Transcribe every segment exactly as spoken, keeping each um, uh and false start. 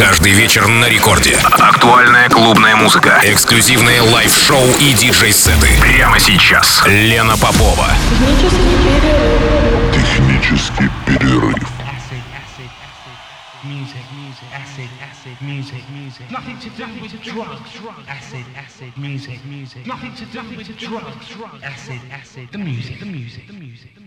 Каждый вечер на рекорде. Актуальная клубная музыка, эксклюзивные лайв-шоу и диджей-сеты. Прямо сейчас. Лена Попова. Технический перерыв. Music, music, acid, acid, music, music. Nothing to do with drugs, drugs. Acid, acid, music, music. Nothing to do with drugs, drugs. Acid, acid, the music, the music, the music, the music.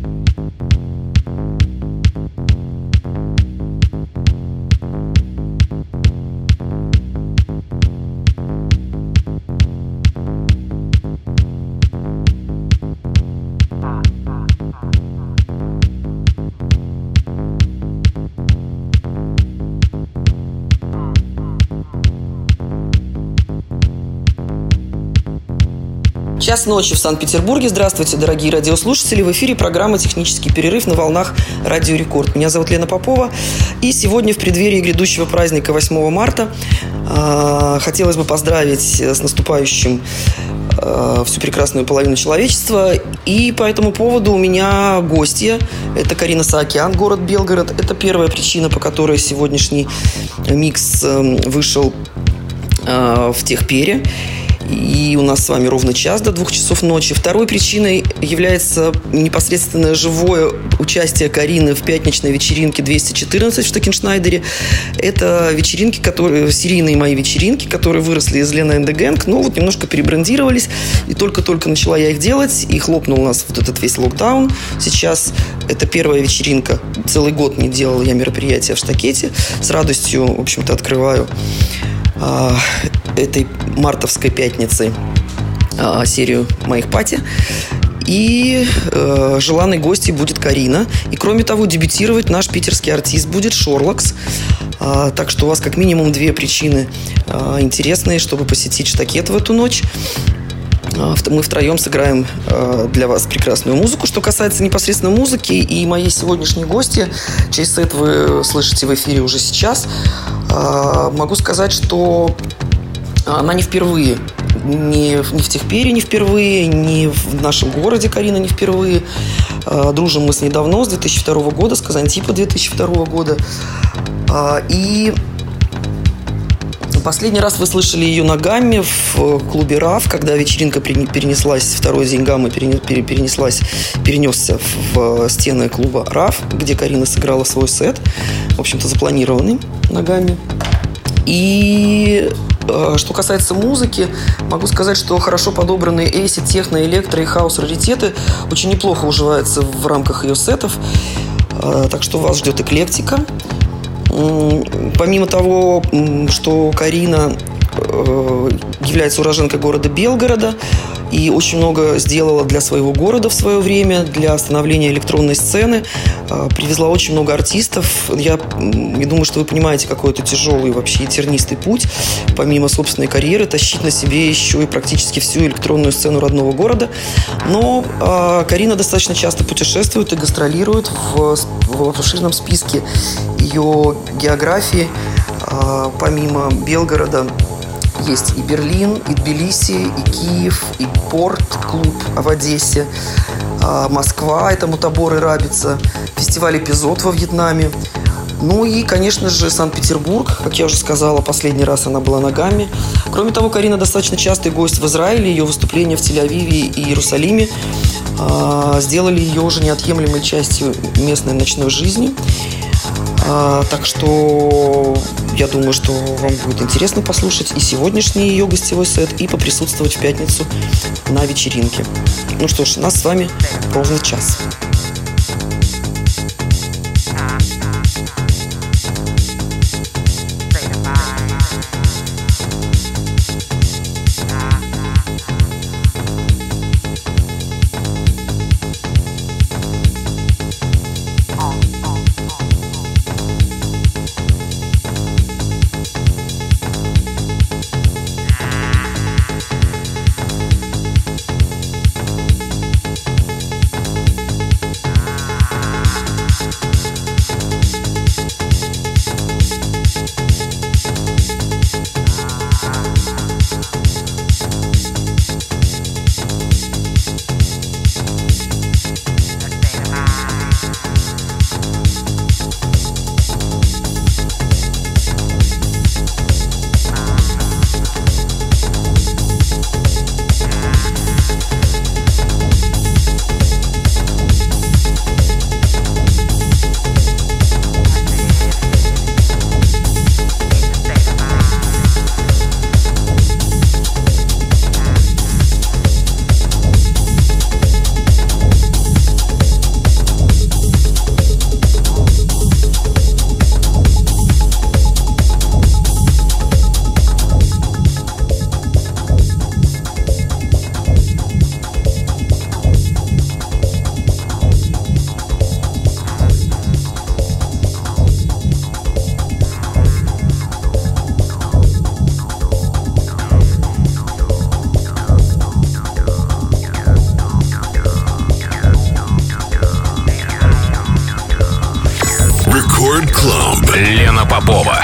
Час ночи в Санкт-Петербурге. Здравствуйте, дорогие радиослушатели. В эфире программа «Технический перерыв» на волнах Радио Рекорд. Меня зовут Лена Попова. И сегодня, в преддверии грядущего праздника восьмого марта, э, хотелось бы поздравить с наступающим э, всю прекрасную половину человечества. И по этому поводу у меня гостья. Это Карина Саакян, город Белгород. Это первая причина, по которой сегодняшний микс э, вышел э, в Техпере. И у нас с вами ровно час до двух часов ночи. Второй причиной является непосредственное живое участие Карины в пятничной вечеринке двести четырнадцать в Штекеншнайдере. Это вечеринки, которые, серийные мои вечеринки, которые выросли из Лена энд Гэнг, но вот немножко перебрандировались. И только-только начала я их делать, и хлопнул у нас вот этот весь локдаун. Сейчас это первая вечеринка. Целый год не делал я мероприятия в Штакете. С радостью, в общем-то, открываю этой мартовской пятницы серию моих пати. И э, желанной гостьей будет Карина. И кроме того, дебютировать наш питерский артист будет Шорлакс. э, Так что у вас как минимум две причины э, интересные, чтобы посетить Штакет в эту ночь. Мы втроем сыграем для вас прекрасную музыку. Что касается непосредственно музыки и моей сегодняшней гости, чей сет вы слышите в эфире уже сейчас, могу сказать, что она не впервые. Ни в Техпере не впервые, ни в нашем городе Карина не впервые. Дружим мы с ней давно, с две тысячи второго года, с Казантипа две тысячи второго года. И последний раз вы слышали ее на гамме в клубе РАФ, когда вечеринка перенеслась, второй день гаммы перенеслась, перенесся в стены клуба РАФ, где Карина сыграла свой сет, в общем-то, запланированный на гамме. И что касается музыки, могу сказать, что хорошо подобранные эйси, техно, электро и хаус раритеты очень неплохо уживаются в рамках ее сетов, так что вас ждет эклектика. Помимо того, что Карина является уроженкой города Белгорода и очень много сделала для своего города в свое время, для становления электронной сцены, привезла очень много артистов. Я, я думаю, что вы понимаете, какой это тяжелый вообще и тернистый путь, помимо собственной карьеры, тащить на себе еще и практически всю электронную сцену родного города. Но э, Карина достаточно часто путешествует и гастролирует в, в обширном списке ее географии. Э, помимо Белгорода есть и Берлин, и Тбилиси, и Киев, и Порт-клуб в Одессе, Москва, это Мутабор и Рабица, фестиваль «Эпизод» во Вьетнаме. Ну и, конечно же, Санкт-Петербург. Как я уже сказала, последний раз она была на гамме. Кроме того, Карина достаточно частый гость в Израиле. Ее выступления в Тель-Авиве и Иерусалиме сделали ее уже неотъемлемой частью местной ночной жизни. Так что я думаю, что вам будет интересно послушать и сегодняшний ее гостевой сет, и поприсутствовать в пятницу на вечеринке. Ну что ж, нас с вами ровно час. Рекорд Клаб. Лена Попова.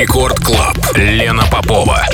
Рекорд Клаб. Лена Попова.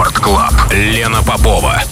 Рекорд Клаб. Лена Попова.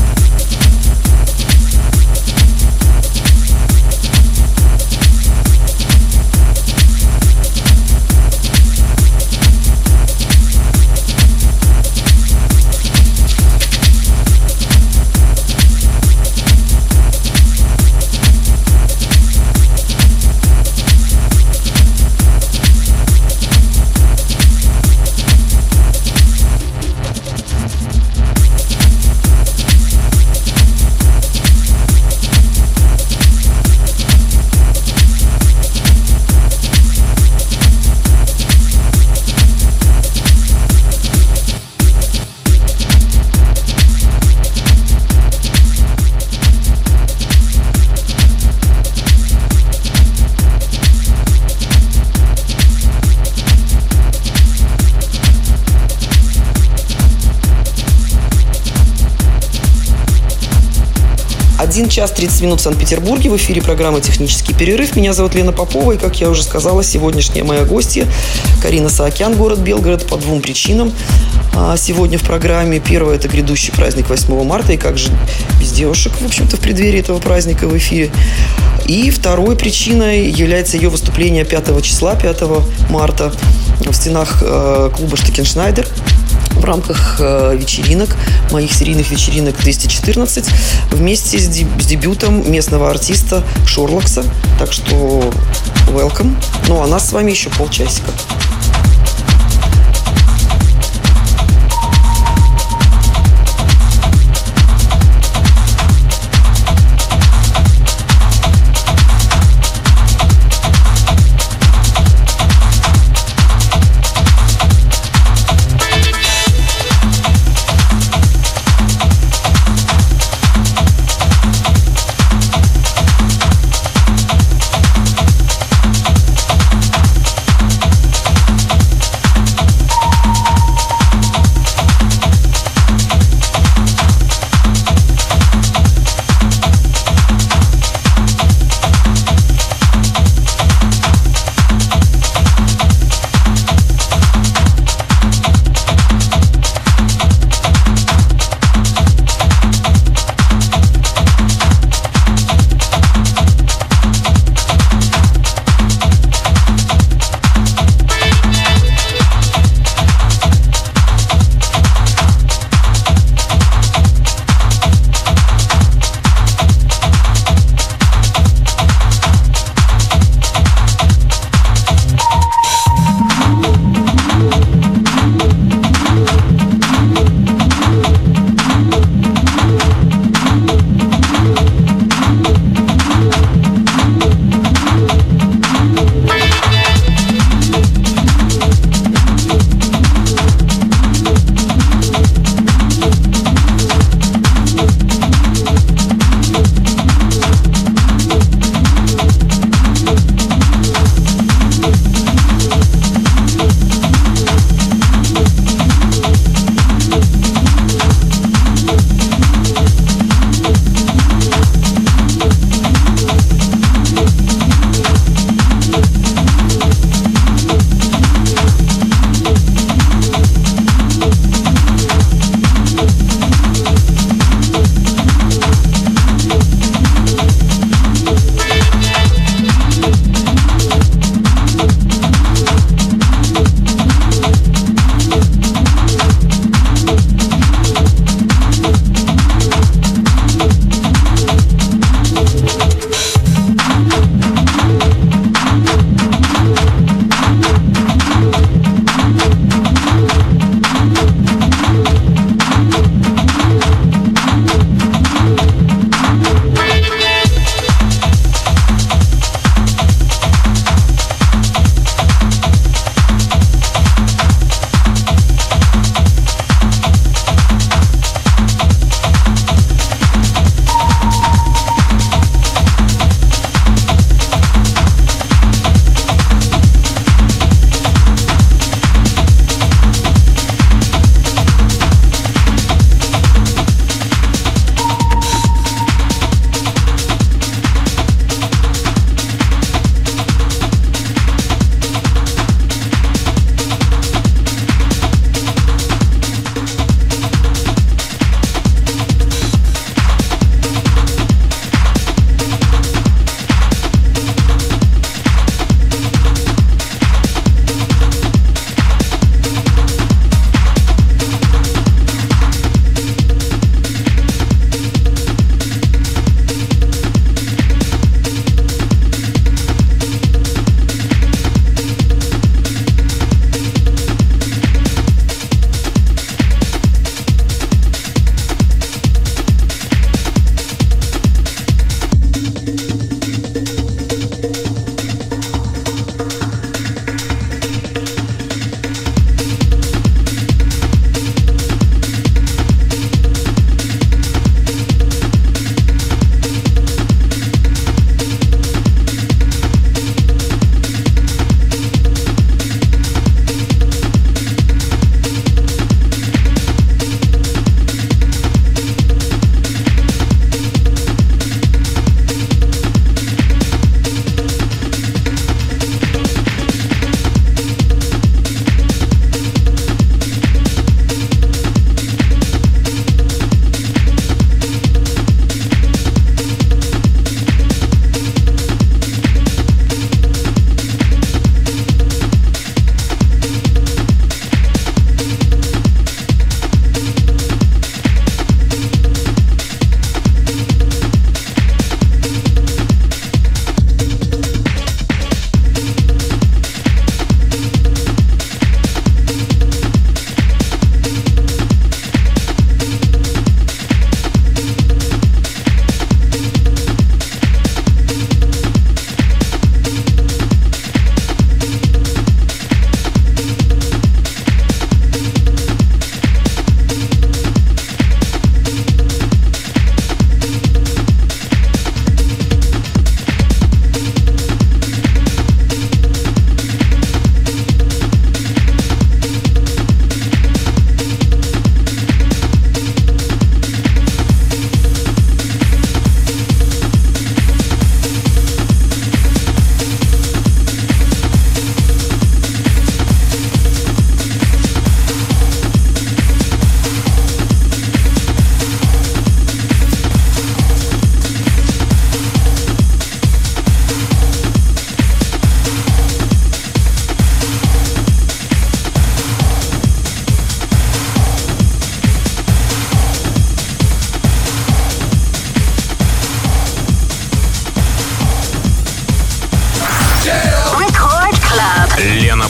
один час тридцать минут в Санкт-Петербурге. В эфире программа «Технический перерыв». Меня зовут Лена Попова. И, как я уже сказала, сегодняшняя моя гостья Карина Саакян, город Белгород, по двум причинам. Сегодня в программе. Первое – это грядущий праздник восьмого марта. И как же без девушек, в общем-то, в преддверии этого праздника в эфире. И второй причиной является ее выступление пятого числа, пятого марта, в стенах клуба «Штекеншнайдер». В рамках э, вечеринок, моих серийных вечеринок двести четырнадцать, вместе с, деб- с дебютом местного артиста Шорлокса. Так что welcome. Ну, а нас с вами еще полчасика.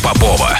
Попова.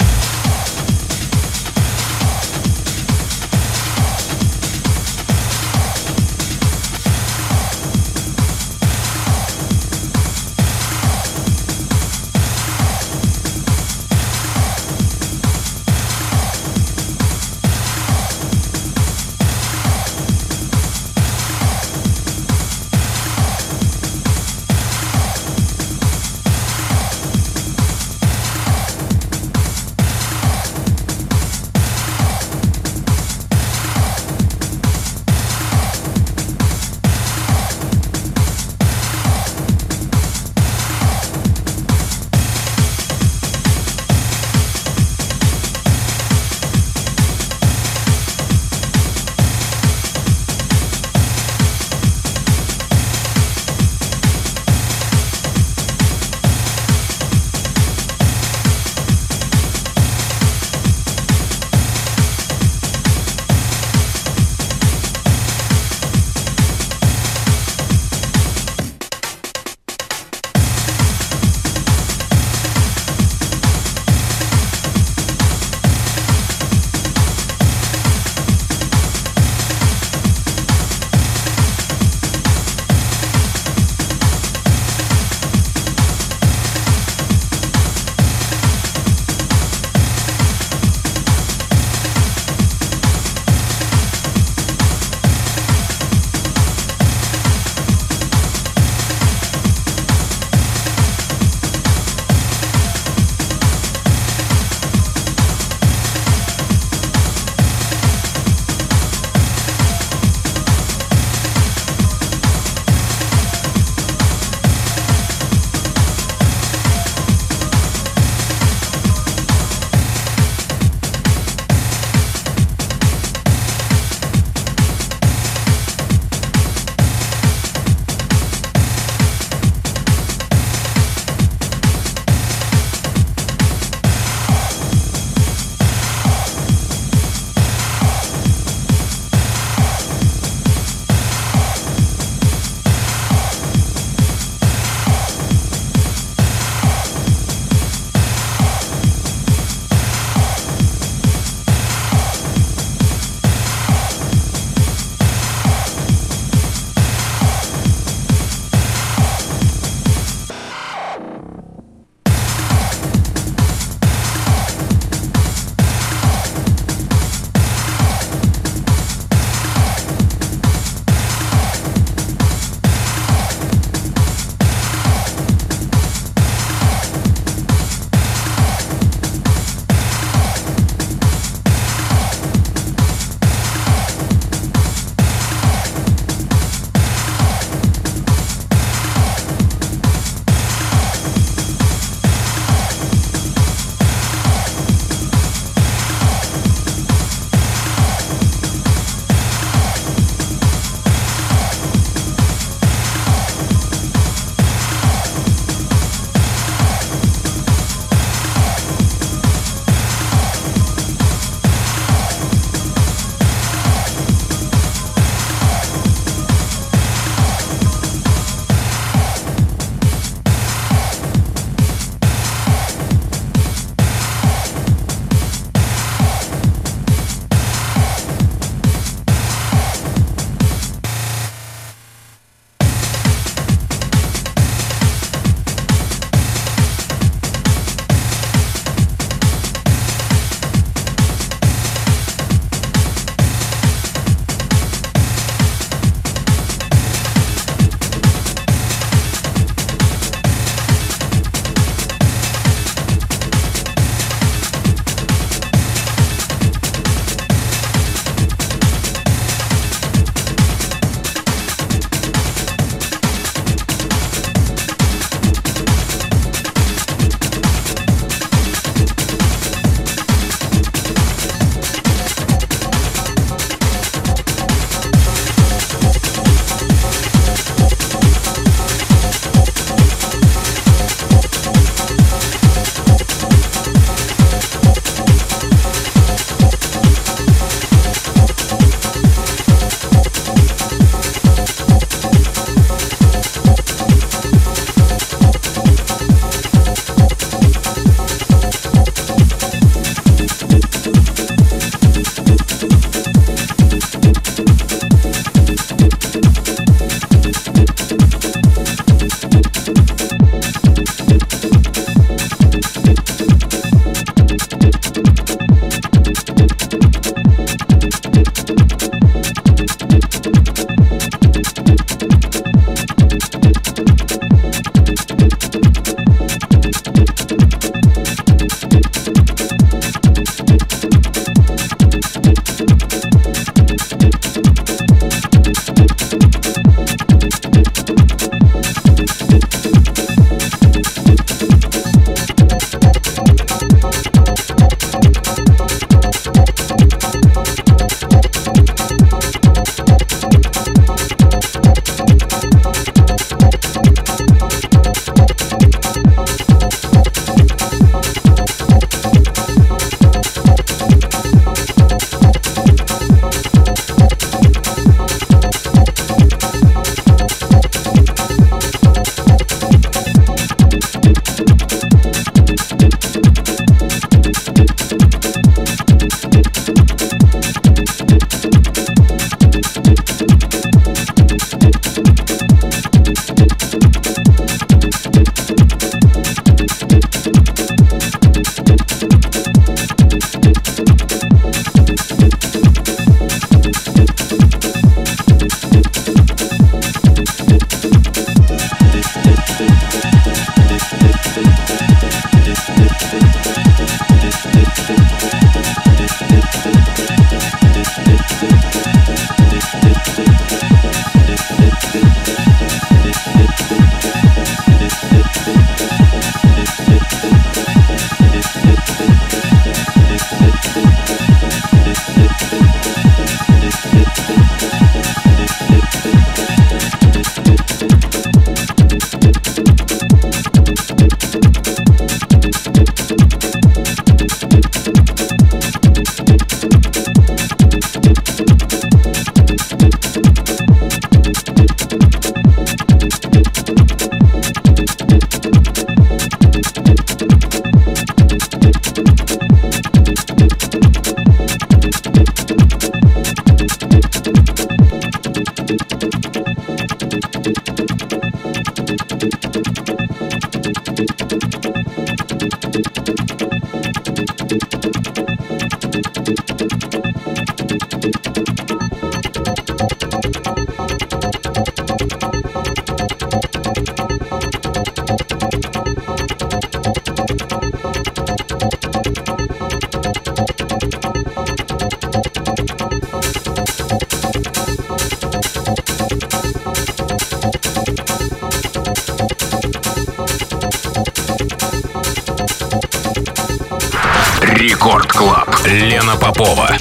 Рекорд Клаб. Лена Попова.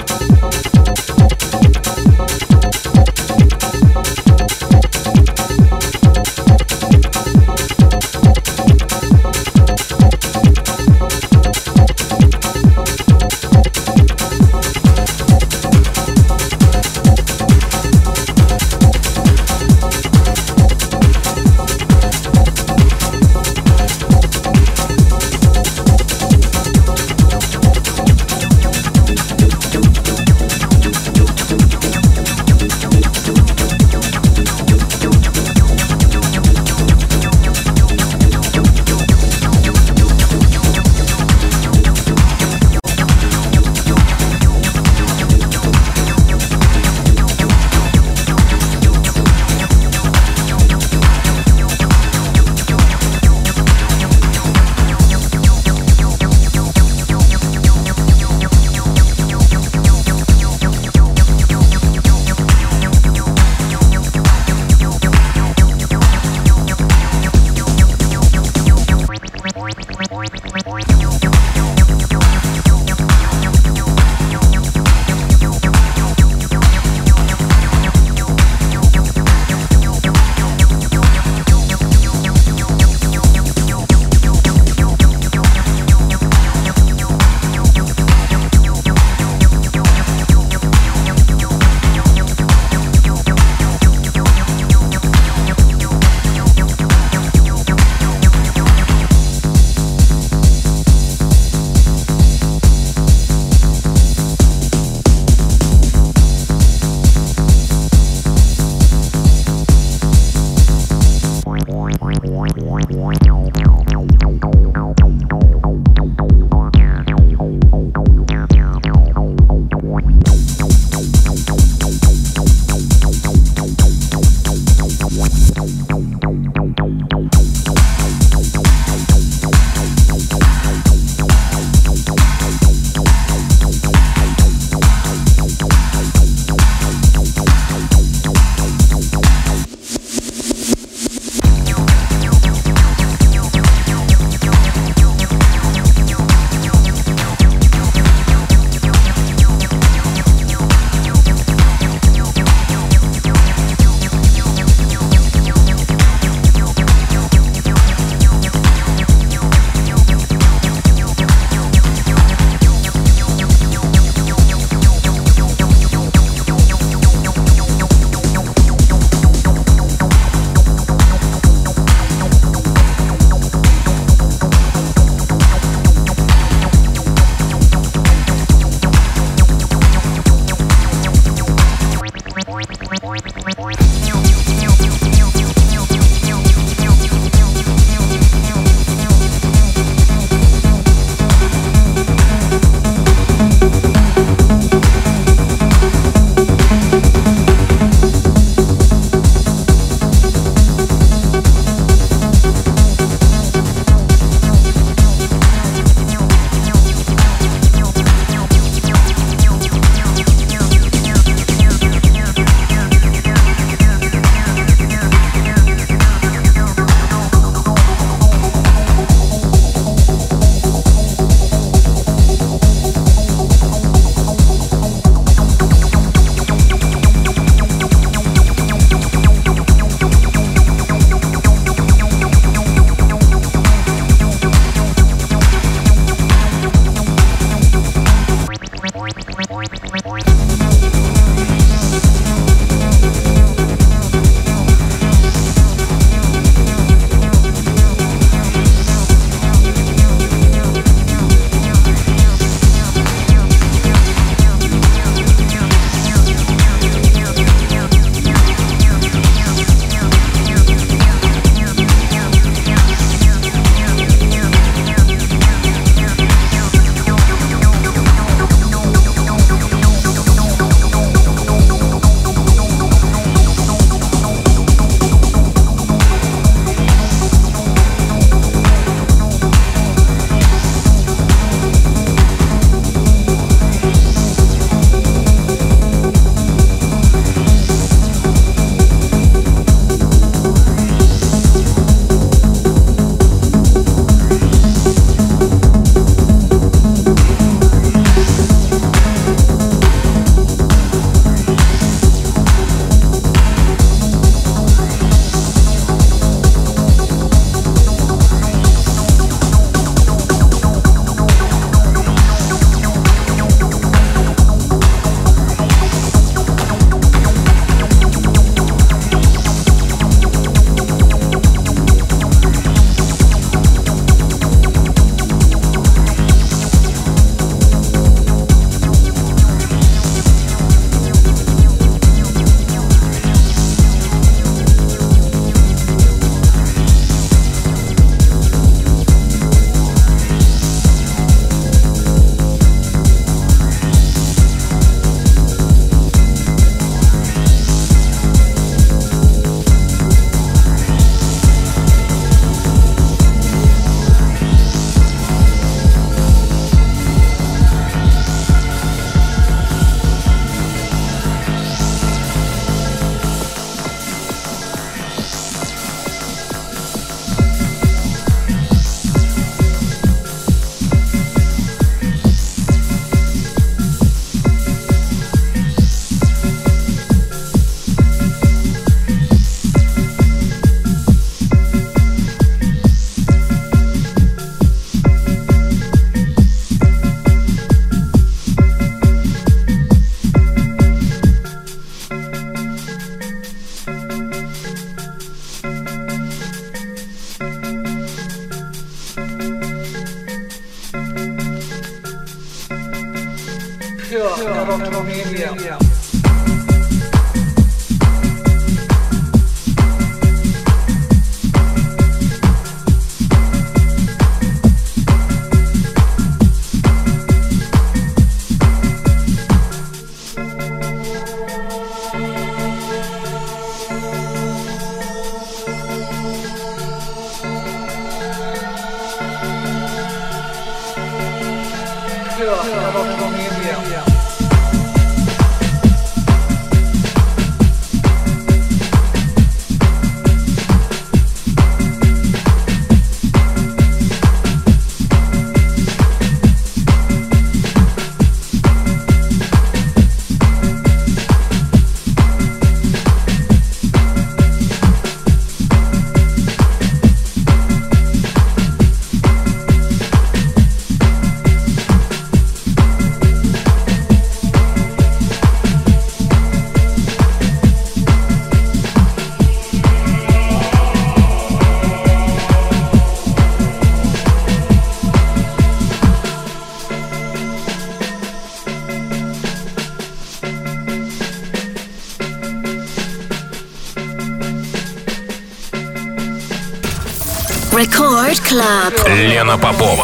Record Club. Лена Попова.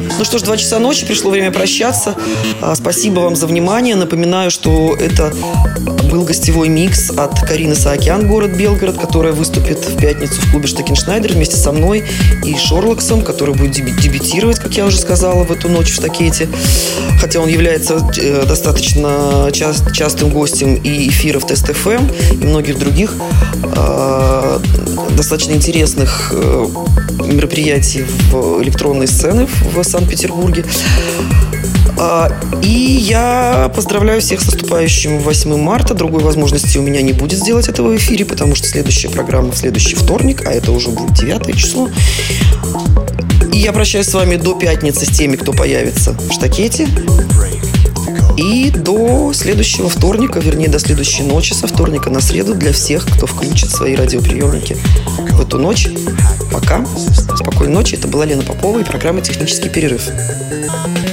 Ну что ж, два часа ночи, пришло время прощаться. Спасибо вам за внимание. Напоминаю, что это был гостевой микс от Карины Саакян, город Белгород, которая выступит в пятницу в клубе Штекеншнайдер вместе со мной и Шорлоксом, который будет дебютировать, как я уже сказала, в эту ночь в Штакете. Хотя он является достаточно частым гостем и эфиров Тест эф эм, и многих других э, достаточно интересных э, мероприятий в электронной сцене в Санкт-Петербурге. И я поздравляю всех с наступающим восьмым марта. Другой возможности у меня не будет сделать этого в эфире, потому что следующая программа в следующий вторник, а это уже будет девятое число. И я прощаюсь с вами до пятницы с теми, кто появится в Штакете. И до следующего вторника, вернее, до следующей ночи, со вторника на среду, для всех, кто включит свои радиоприемники в эту ночь. Пока. Спокойной ночи. Это была Лена Попова и программа «Технический перерыв».